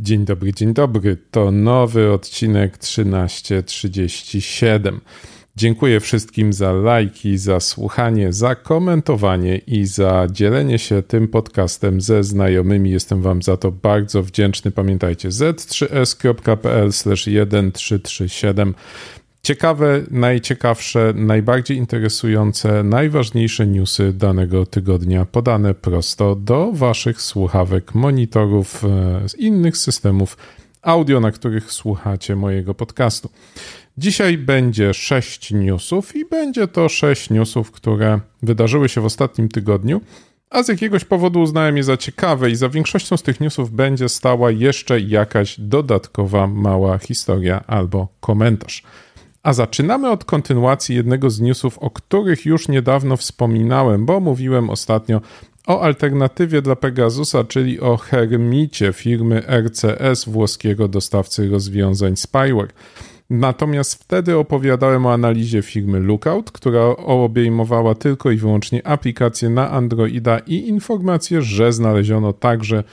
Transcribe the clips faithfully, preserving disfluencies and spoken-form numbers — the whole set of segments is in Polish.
Dzień dobry, dzień dobry. To nowy odcinek trzynaście trzydzieści siedem. Dziękuję wszystkim za lajki, za słuchanie, za komentowanie i za dzielenie się tym podcastem ze znajomymi. Jestem wam za to bardzo wdzięczny. Pamiętajcie, z trzy s kropka p l slash jeden trzy trzy siedem. Ciekawe, najciekawsze, najbardziej interesujące, najważniejsze newsy danego tygodnia podane prosto do waszych słuchawek, monitorów, z innych systemów audio, na których słuchacie mojego podcastu. Dzisiaj będzie sześć newsów i będzie to sześć newsów, które wydarzyły się w ostatnim tygodniu, a z jakiegoś powodu uznałem je za ciekawe i za większością z tych newsów będzie stała jeszcze jakaś dodatkowa mała historia albo komentarz. A zaczynamy od kontynuacji jednego z newsów, o których już niedawno wspominałem, bo mówiłem ostatnio o alternatywie dla Pegasusa, czyli o Hermicie firmy R C S, włoskiego dostawcy rozwiązań spyware. Natomiast wtedy opowiadałem o analizie firmy Lookout, która obejmowała tylko i wyłącznie aplikacje na Androida i informację, że znaleziono także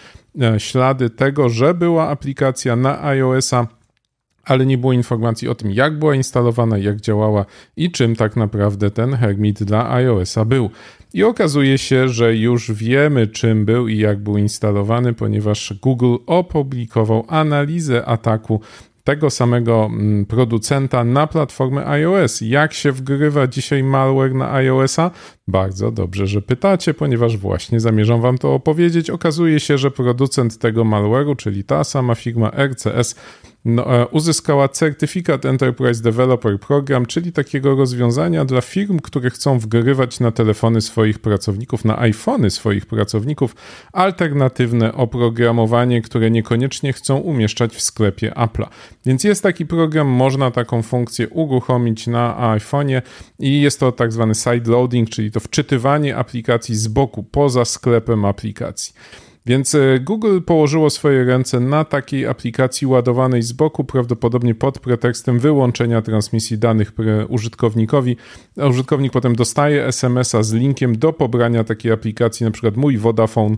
ślady tego, że była aplikacja na iOS-a, ale nie było informacji o tym, jak była instalowana, jak działała i czym tak naprawdę ten Hermit dla iOS-a był. I okazuje się, że już wiemy, czym był i jak był instalowany, ponieważ Google opublikował analizę ataku tego samego producenta na platformę iOS. Jak się wgrywa dzisiaj malware na iOS-a? Bardzo dobrze, że pytacie, ponieważ właśnie zamierzam wam to opowiedzieć. Okazuje się, że producent tego malware'u, czyli ta sama firma R C S, no, uzyskała certyfikat Enterprise Developer Program, czyli takiego rozwiązania dla firm, które chcą wgrywać na telefony swoich pracowników, na iPhony swoich pracowników, alternatywne oprogramowanie, które niekoniecznie chcą umieszczać w sklepie Apple'a. Więc jest taki program, można taką funkcję uruchomić na iPhone'ie i jest to tak zwany sideloading, czyli to wczytywanie aplikacji z boku, poza sklepem aplikacji. Więc Google położyło swoje ręce na takiej aplikacji ładowanej z boku, prawdopodobnie pod pretekstem wyłączenia transmisji danych użytkownikowi. A użytkownik potem dostaje es em es a z linkiem do pobrania takiej aplikacji, na przykład mój Vodafone,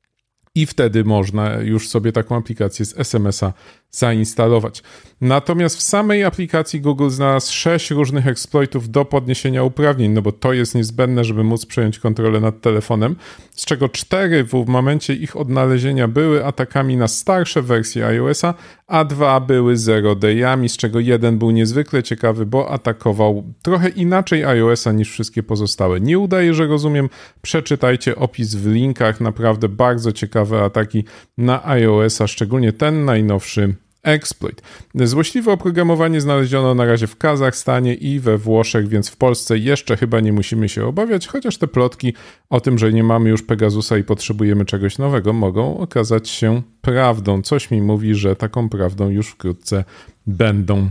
i wtedy można już sobie taką aplikację z es em es a zainstalować. Natomiast w samej aplikacji Google znalazł sześć różnych exploitów do podniesienia uprawnień, no bo to jest niezbędne, żeby móc przejąć kontrolę nad telefonem, z czego cztery w momencie ich odnalezienia były atakami na starsze wersje iOS-a, a dwa były zero dayami, z czego jeden był niezwykle ciekawy, bo atakował trochę inaczej iOS-a niż wszystkie pozostałe. Nie udaje, że rozumiem, przeczytajcie opis w linkach, naprawdę bardzo ciekawe ataki na iOS-a, szczególnie ten najnowszy exploit. Złośliwe oprogramowanie znaleziono na razie w Kazachstanie i we Włoszech, więc w Polsce jeszcze chyba nie musimy się obawiać, chociaż te plotki o tym, że nie mamy już Pegasusa i potrzebujemy czegoś nowego, mogą okazać się prawdą. Coś mi mówi, że taką prawdą już wkrótce będą.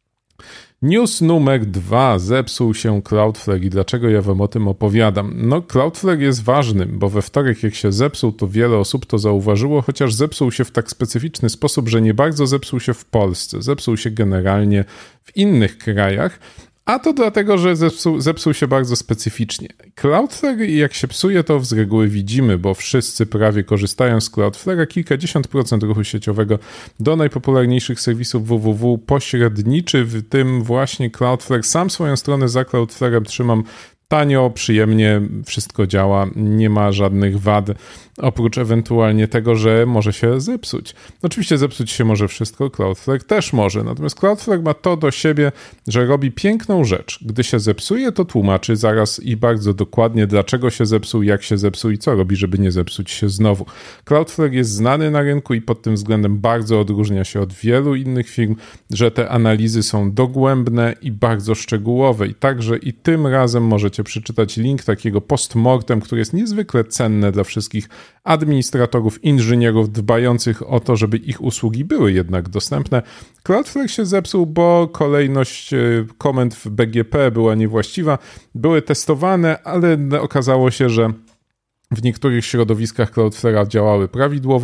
News numer dwa. Zepsuł się Cloudflare i dlaczego ja wam o tym opowiadam? No, Cloudflare jest ważny, bo we wtorek jak się zepsuł, to wiele osób to zauważyło, chociaż zepsuł się w tak specyficzny sposób, że nie bardzo zepsuł się w Polsce. Zepsuł się generalnie w innych krajach, a to dlatego, że zepsuł, zepsuł się bardzo specyficznie. Cloudflare, jak się psuje, to z reguły widzimy, bo wszyscy prawie korzystają z Cloudflare'a. Kilkadziesiąt procent ruchu sieciowego do najpopularniejszych serwisów www pośredniczy, w tym właśnie Cloudflare. Sam swoją stronę za Cloudflare'em trzymam tanio, przyjemnie, wszystko działa, nie ma żadnych wad, oprócz ewentualnie tego, że może się zepsuć. Oczywiście zepsuć się może wszystko, Cloudflare też może, natomiast Cloudflare ma to do siebie, że robi piękną rzecz. Gdy się zepsuje, to tłumaczy zaraz i bardzo dokładnie, dlaczego się zepsuł, jak się zepsuł i co robi, żeby nie zepsuć się znowu. Cloudflare jest znany na rynku i pod tym względem bardzo odróżnia się od wielu innych firm, że te analizy są dogłębne i bardzo szczegółowe i także i tym razem możecie przeczytać link takiego postmortem, który jest niezwykle cenne dla wszystkich administratorów, inżynierów dbających o to, żeby ich usługi były jednak dostępne. Cloudflare się zepsuł, bo kolejność komend w B G P była niewłaściwa. Były testowane, ale okazało się, że w niektórych środowiskach Cloudflare'a działały prawidłowo,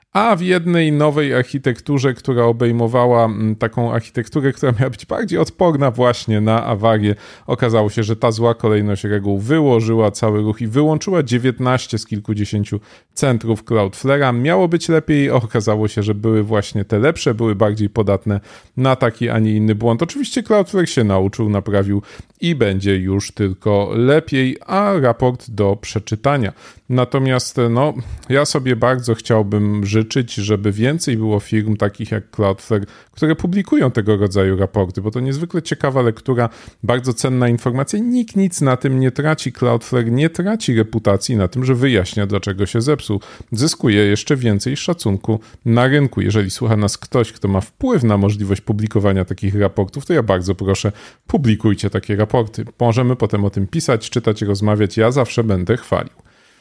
a w jednej nowej architekturze, która obejmowała taką architekturę, która miała być bardziej odporna właśnie na awarię, okazało się, że ta zła kolejność reguł wyłożyła cały ruch i wyłączyła dziewiętnaście z kilkudziesięciu centrów Cloudflare'a. Miało być lepiej, okazało się, że były właśnie te lepsze, były bardziej podatne na taki, a nie inny błąd. Oczywiście Cloudflare się nauczył, naprawił i będzie już tylko lepiej, a raport do przeczytania. Natomiast no, ja sobie bardzo chciałbym życzyć, żeby więcej było firm takich jak Cloudflare, które publikują tego rodzaju raporty, bo to niezwykle ciekawa lektura, bardzo cenna informacja. Nikt nic na tym nie traci. Cloudflare nie traci reputacji na tym, że wyjaśnia, dlaczego się zepsuł. Zyskuje jeszcze więcej szacunku na rynku. Jeżeli słucha nas ktoś, kto ma wpływ na możliwość publikowania takich raportów, to ja bardzo proszę, publikujcie takie raporty. Możemy potem o tym pisać, czytać, rozmawiać. Ja zawsze będę chwalił.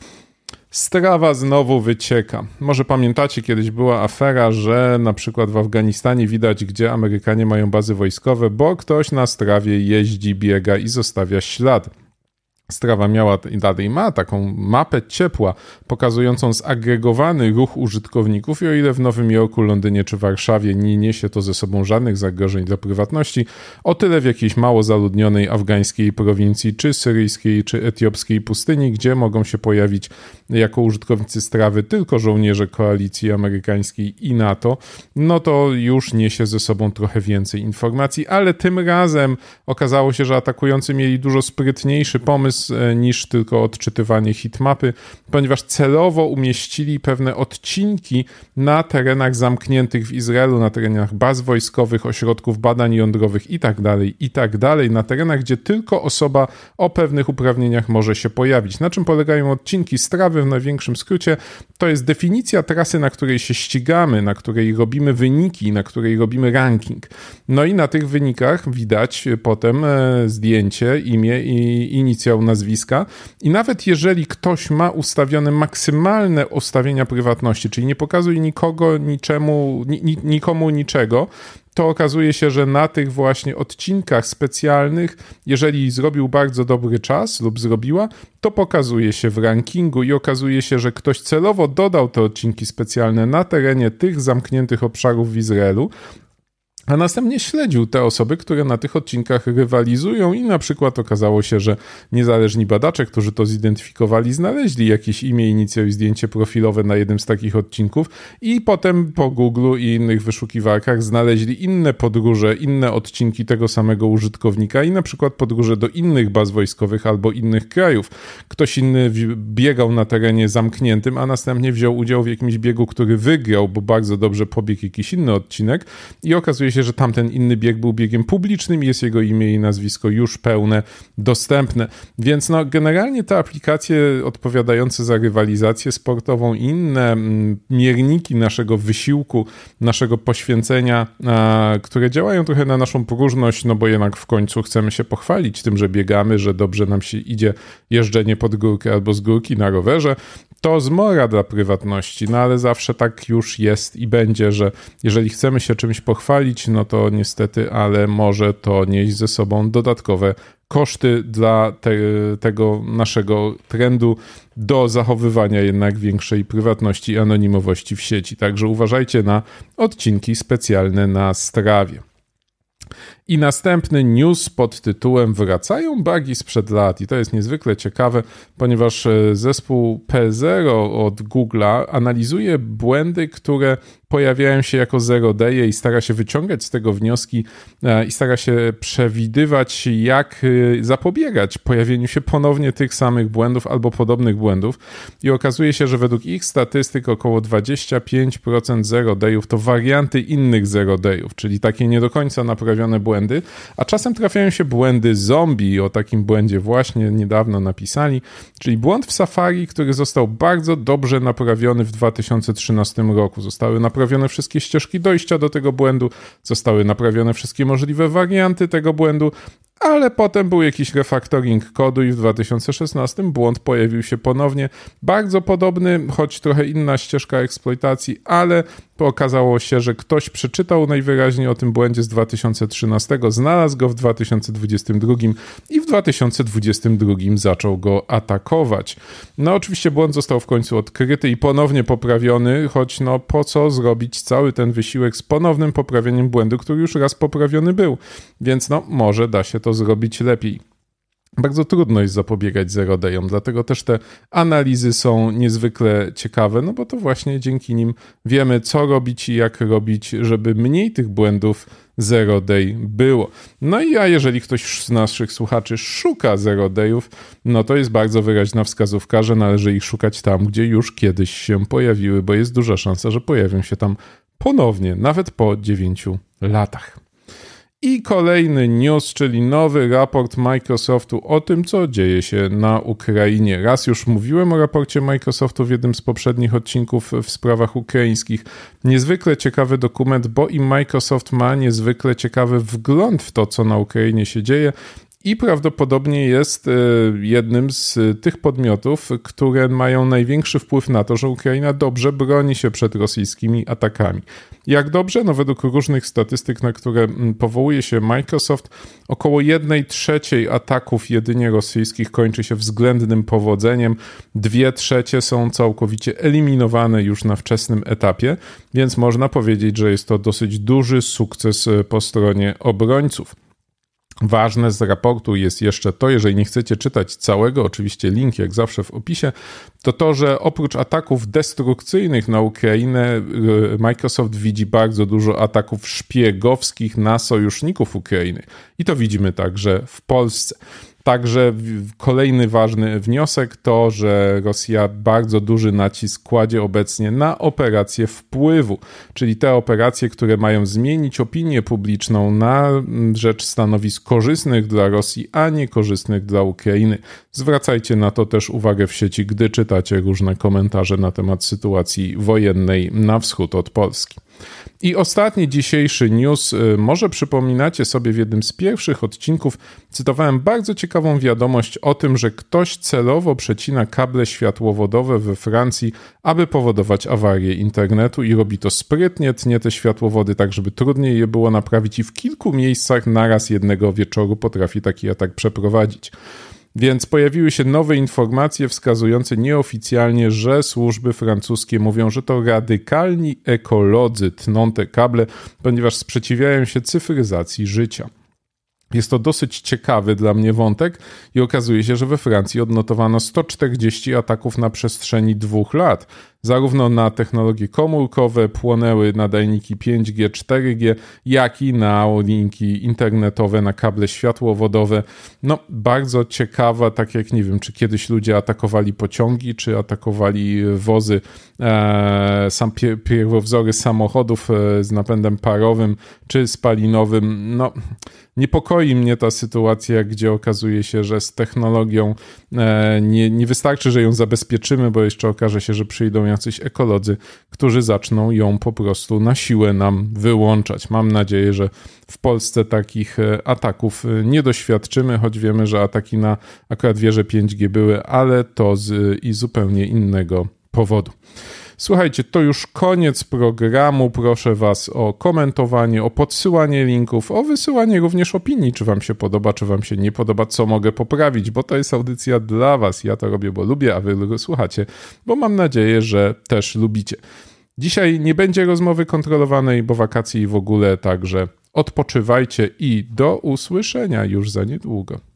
Strawa znowu wycieka. Może pamiętacie, kiedyś była afera, że na przykład w Afganistanie widać, gdzie Amerykanie mają bazy wojskowe, bo ktoś na strawie jeździ, biega i zostawia ślad. Strawa miała i dalej ma taką mapę ciepła, pokazującą zagregowany ruch użytkowników i o ile w Nowym Jorku, Londynie czy Warszawie nie niesie to ze sobą żadnych zagrożeń dla prywatności, o tyle w jakiejś mało zaludnionej afgańskiej prowincji, czy syryjskiej, czy etiopskiej pustyni, gdzie mogą się pojawić jako użytkownicy strawy tylko żołnierze koalicji amerykańskiej i NATO, no to już niesie ze sobą trochę więcej informacji, ale tym razem okazało się, że atakujący mieli dużo sprytniejszy pomysł niż tylko odczytywanie hitmapy, ponieważ celowo umieścili pewne odcinki na terenach zamkniętych w Izraelu, na terenach baz wojskowych, ośrodków badań jądrowych i tak dalej, i tak dalej, na terenach, gdzie tylko osoba o pewnych uprawnieniach może się pojawić. Na czym polegają odcinki strawy w największym skrócie? To jest definicja trasy, na której się ścigamy, na której robimy wyniki, na której robimy ranking. No i na tych wynikach widać potem zdjęcie, imię i inicjał nazwiska i nawet jeżeli ktoś ma ustawione maksymalne ustawienia prywatności, czyli nie pokazuje nikogo, niczemu, ni, nikomu niczego, to okazuje się, że na tych właśnie odcinkach specjalnych, jeżeli zrobił bardzo dobry czas lub zrobiła, to pokazuje się w rankingu i okazuje się, że ktoś celowo dodał te odcinki specjalne na terenie tych zamkniętych obszarów w Izraelu, a następnie śledził te osoby, które na tych odcinkach rywalizują i na przykład okazało się, że niezależni badacze, którzy to zidentyfikowali, znaleźli jakieś imię, inicjał i zdjęcie profilowe na jednym z takich odcinków i potem po Google'u i innych wyszukiwarkach znaleźli inne podróże, inne odcinki tego samego użytkownika i na przykład podróże do innych baz wojskowych albo innych krajów. Ktoś inny biegał na terenie zamkniętym, a następnie wziął udział w jakimś biegu, który wygrał, bo bardzo dobrze pobiegł jakiś inny odcinek i okazuje się, że tamten inny bieg był biegiem publicznym i jest jego imię i nazwisko już pełne, dostępne. Więc no, generalnie te aplikacje odpowiadające za rywalizację sportową i inne mierniki naszego wysiłku, naszego poświęcenia, a, które działają trochę na naszą próżność, no bo jednak w końcu chcemy się pochwalić tym, że biegamy, że dobrze nam się idzie jeżdżenie pod górkę albo z górki na rowerze, to zmora dla prywatności, no ale zawsze tak już jest i będzie, że jeżeli chcemy się czymś pochwalić, no to niestety, ale może to nieść ze sobą dodatkowe koszty dla te, tego naszego trendu do zachowywania jednak większej prywatności i anonimowości w sieci. Także uważajcie na odcinki specjalne na strawie. I następny news pod tytułem Wracają bugi sprzed lat. I to jest niezwykle ciekawe, ponieważ zespół P zero od Google'a analizuje błędy, które pojawiają się jako zero day'e i stara się wyciągać z tego wnioski i stara się przewidywać, jak zapobiegać pojawieniu się ponownie tych samych błędów albo podobnych błędów. I okazuje się, że według ich statystyk około dwadzieścia pięć procent zero day'ów to warianty innych zero day'ów, czyli takie nie do końca naprawione błędy, a czasem trafiają się błędy zombie. O takim błędzie właśnie niedawno napisali, czyli błąd w Safari, który został bardzo dobrze naprawiony w dwa tysiące trzynastym roku. Zostały naprawione wszystkie ścieżki dojścia do tego błędu, zostały naprawione wszystkie możliwe warianty tego błędu, ale potem był jakiś refactoring kodu i w dwa tysiące szesnastym błąd pojawił się ponownie. Bardzo podobny, choć trochę inna ścieżka eksploitacji, ale okazało się, że ktoś przeczytał najwyraźniej o tym błędzie z dwa tysiące trzynastego, znalazł go w dwa tysiące dwudziestym drugim i w dwa tysiące dwudziestym drugim zaczął go atakować. No oczywiście błąd został w końcu odkryty i ponownie poprawiony, choć no po co zrobić cały ten wysiłek z ponownym poprawieniem błędu, który już raz poprawiony był. Więc no może da się to zrobić lepiej. Bardzo trudno jest zapobiegać zero day'om, dlatego też te analizy są niezwykle ciekawe, no bo to właśnie dzięki nim wiemy, co robić i jak robić, żeby mniej tych błędów zero day było. No i a jeżeli ktoś z naszych słuchaczy szuka zero day'ów, no to jest bardzo wyraźna wskazówka, że należy ich szukać tam, gdzie już kiedyś się pojawiły, bo jest duża szansa, że pojawią się tam ponownie, nawet po dziewięciu latach. I kolejny news, czyli nowy raport Microsoftu o tym, co dzieje się na Ukrainie. Raz już mówiłem o raporcie Microsoftu w jednym z poprzednich odcinków w sprawach ukraińskich. Niezwykle ciekawy dokument, bo i Microsoft ma niezwykle ciekawy wgląd w to, co na Ukrainie się dzieje. I prawdopodobnie jest jednym z tych podmiotów, które mają największy wpływ na to, że Ukraina dobrze broni się przed rosyjskimi atakami. Jak dobrze? No według różnych statystyk, na które powołuje się Microsoft, około jednej trzeciej ataków jedynie rosyjskich kończy się względnym powodzeniem, dwie trzecie są całkowicie eliminowane już na wczesnym etapie, więc można powiedzieć, że jest to dosyć duży sukces po stronie obrońców. Ważne z raportu jest jeszcze to, jeżeli nie chcecie czytać całego, oczywiście link jak zawsze w opisie, to to, że oprócz ataków destrukcyjnych na Ukrainę, Microsoft widzi bardzo dużo ataków szpiegowskich na sojuszników Ukrainy. I to widzimy także w Polsce. Także kolejny ważny wniosek to, że Rosja bardzo duży nacisk kładzie obecnie na operacje wpływu, czyli te operacje, które mają zmienić opinię publiczną na rzecz stanowisk korzystnych dla Rosji, a nie korzystnych dla Ukrainy. Zwracajcie na to też uwagę w sieci, gdy czytacie różne komentarze na temat sytuacji wojennej na wschód od Polski. I ostatni dzisiejszy news, może przypominacie sobie w jednym z pierwszych odcinków, cytowałem bardzo ciekawą wiadomość o tym, że ktoś celowo przecina kable światłowodowe we Francji, aby powodować awarię internetu i robi to sprytnie, tnie te światłowody tak, żeby trudniej je było naprawić i w kilku miejscach naraz jednego wieczoru potrafi taki atak przeprowadzić. Więc pojawiły się nowe informacje wskazujące nieoficjalnie, że służby francuskie mówią, że to radykalni ekolodzy tną te kable, ponieważ sprzeciwiają się cyfryzacji życia. Jest to dosyć ciekawy dla mnie wątek i okazuje się, że we Francji odnotowano sto czterdzieści ataków na przestrzeni dwóch lat. Zarówno na technologie komórkowe płonęły nadajniki pięć G, cztery G, jak i na linki internetowe, na kable światłowodowe. No, bardzo ciekawa, tak jak nie wiem, czy kiedyś ludzie atakowali pociągi, czy atakowali wozy, e, sam pierwowzory samochodów e, z napędem parowym, czy spalinowym. No, niepokoi mnie ta sytuacja, gdzie okazuje się, że z technologią e, nie, nie wystarczy, że ją zabezpieczymy, bo jeszcze okaże się, że przyjdą jacyś ekolodzy, którzy zaczną ją po prostu na siłę nam wyłączać. Mam nadzieję, że w Polsce takich ataków nie doświadczymy, choć wiemy, że ataki na akurat wieże pięć G były, ale to z i zupełnie innego powodu. Słuchajcie, to już koniec programu. Proszę Was o komentowanie, o podsyłanie linków, o wysyłanie również opinii, czy Wam się podoba, czy Wam się nie podoba, co mogę poprawić, bo to jest audycja dla Was. Ja to robię, bo lubię, a Wy słuchacie, bo mam nadzieję, że też lubicie. Dzisiaj nie będzie rozmowy kontrolowanej, bo wakacje i w ogóle, także odpoczywajcie i do usłyszenia już za niedługo.